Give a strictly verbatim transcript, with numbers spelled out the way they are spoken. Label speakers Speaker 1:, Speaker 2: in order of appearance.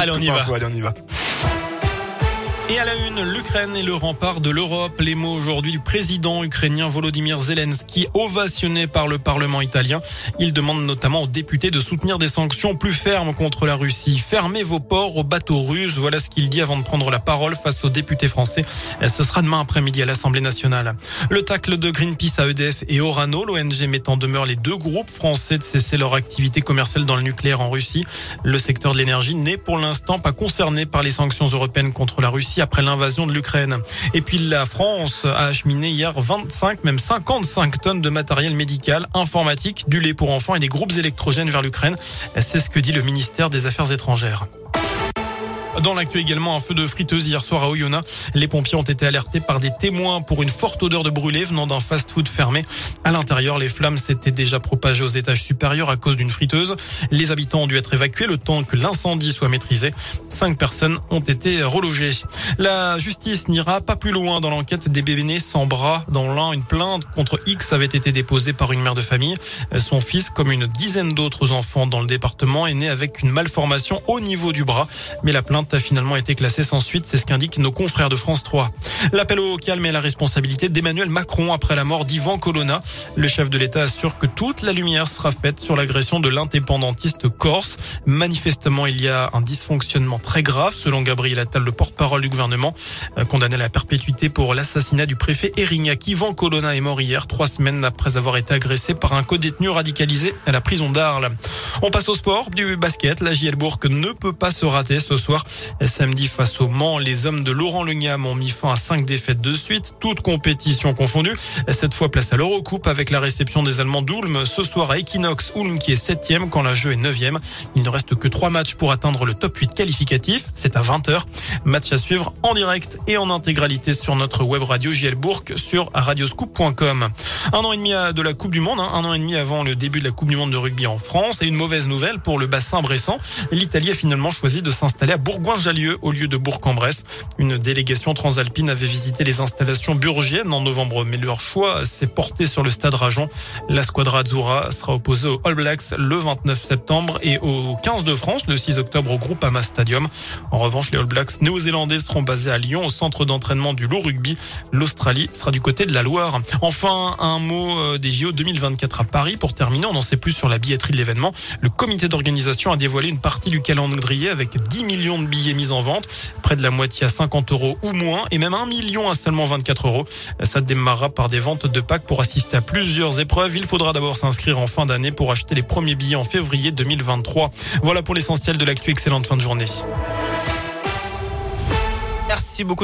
Speaker 1: Allez, on y va.
Speaker 2: Allez, on y va.
Speaker 1: Et à la une, l'Ukraine est le rempart de l'Europe. Les mots aujourd'hui du président ukrainien Volodymyr Zelensky, ovationné par le Parlement italien. Il demande notamment aux députés de soutenir des sanctions plus fermes contre la Russie. Fermez vos ports aux bateaux russes. Voilà ce qu'il dit avant de prendre la parole face aux députés français. Ce sera demain après-midi à l'Assemblée nationale. Le tacle de Greenpeace à E D F et Orano. L'O N G met en demeure les deux groupes français de cesser leur activité commerciale dans le nucléaire en Russie. Le secteur de l'énergie n'est pour l'instant pas concerné par les sanctions européennes contre la Russie après l'invasion de l'Ukraine. Et puis la France a acheminé hier vingt-cinq, même cinquante-cinq tonnes de matériel médical, informatique, du lait pour enfants et des groupes électrogènes vers l'Ukraine. C'est ce que dit le ministère des Affaires étrangères. Dans l'actu également, un feu de friteuse hier soir à Oyonnax. Les pompiers ont été alertés par des témoins pour une forte odeur de brûlé venant d'un fast-food fermé. À l'intérieur, les flammes s'étaient déjà propagées aux étages supérieurs à cause d'une friteuse. Les habitants ont dû être évacués le temps que l'incendie soit maîtrisé. Cinq personnes ont été relogées. La justice n'ira pas plus loin dans l'enquête des bébés nés sans bras. Dans l'un, une plainte contre X avait été déposée par une mère de famille. Son fils, comme une dizaine d'autres enfants dans le département, est né avec une malformation au niveau du bras. Mais la plainte a finalement été classée sans suite, c'est ce qu'indiquent nos confrères de France trois. L'appel au calme et la responsabilité d'Emmanuel Macron après la mort d'Ivan Colonna. Le chef de l'État assure que toute la lumière sera faite sur l'agression de l'indépendantiste corse. Manifestement, il y a un dysfonctionnement très grave, selon Gabriel Attal, le porte-parole du gouvernement, condamné à la perpétuité pour l'assassinat du préfet Erignac. Ivan Colonna est mort hier, trois semaines après avoir été agressé par un codétenu radicalisé à la prison d'Arles. On passe au sport, du basket. La J L Bourg ne peut pas se rater ce soir. Samedi, face au Mans, les hommes de Laurent Le Gam ont mis fin à cinq défaites de suite, toutes compétitions confondues. Cette fois, place à l'Eurocoupe avec la réception des Allemands d'Ulm. Ce soir à Equinox, Ulm qui est septième quand la Jeu est neuvième. Il ne reste que trois matchs pour atteindre le top huit qualificatif. C'est à vingt heures. Match à suivre en direct et en intégralité sur notre web radio J L Bourg sur radioscoop point com. Un an et demi de la Coupe du Monde, hein, un an et demi avant le début de la Coupe du Monde de rugby en France. Et une mauvaise nouvelle pour le bassin bressan. L'Italie a finalement choisi de s'installer à Bourgoin-Jallieu au lieu de Bourg-en-Bresse. Une délégation transalpine avait visité les installations burgiennes en novembre, mais leur choix s'est porté sur le stade Rajon. La squadra Azzurra sera opposée aux All Blacks le vingt-neuf septembre et au quinze de France le six octobre au Groupama Stadium. En revanche, les All Blacks néo-zélandais seront basés à Lyon au centre d'entraînement du Loup Rugby. L'Australie sera du côté de la Loire. Enfin, un mot des J O deux mille vingt-quatre à Paris. Pour terminer, on n'en sait plus sur la billetterie de l'événement. Le comité d'organisation a dévoilé une partie du calendrier avec dix millions de billets mis en vente, près de la moitié à cinquante euros ou moins, et même un million à seulement vingt-quatre euros. Ça démarrera par des ventes de packs pour assister à plusieurs épreuves. Il faudra d'abord s'inscrire en fin d'année pour acheter les premiers billets en février deux mille vingt-trois. Voilà pour l'essentiel de l'actu. Excellente fin de journée.
Speaker 3: Merci beaucoup.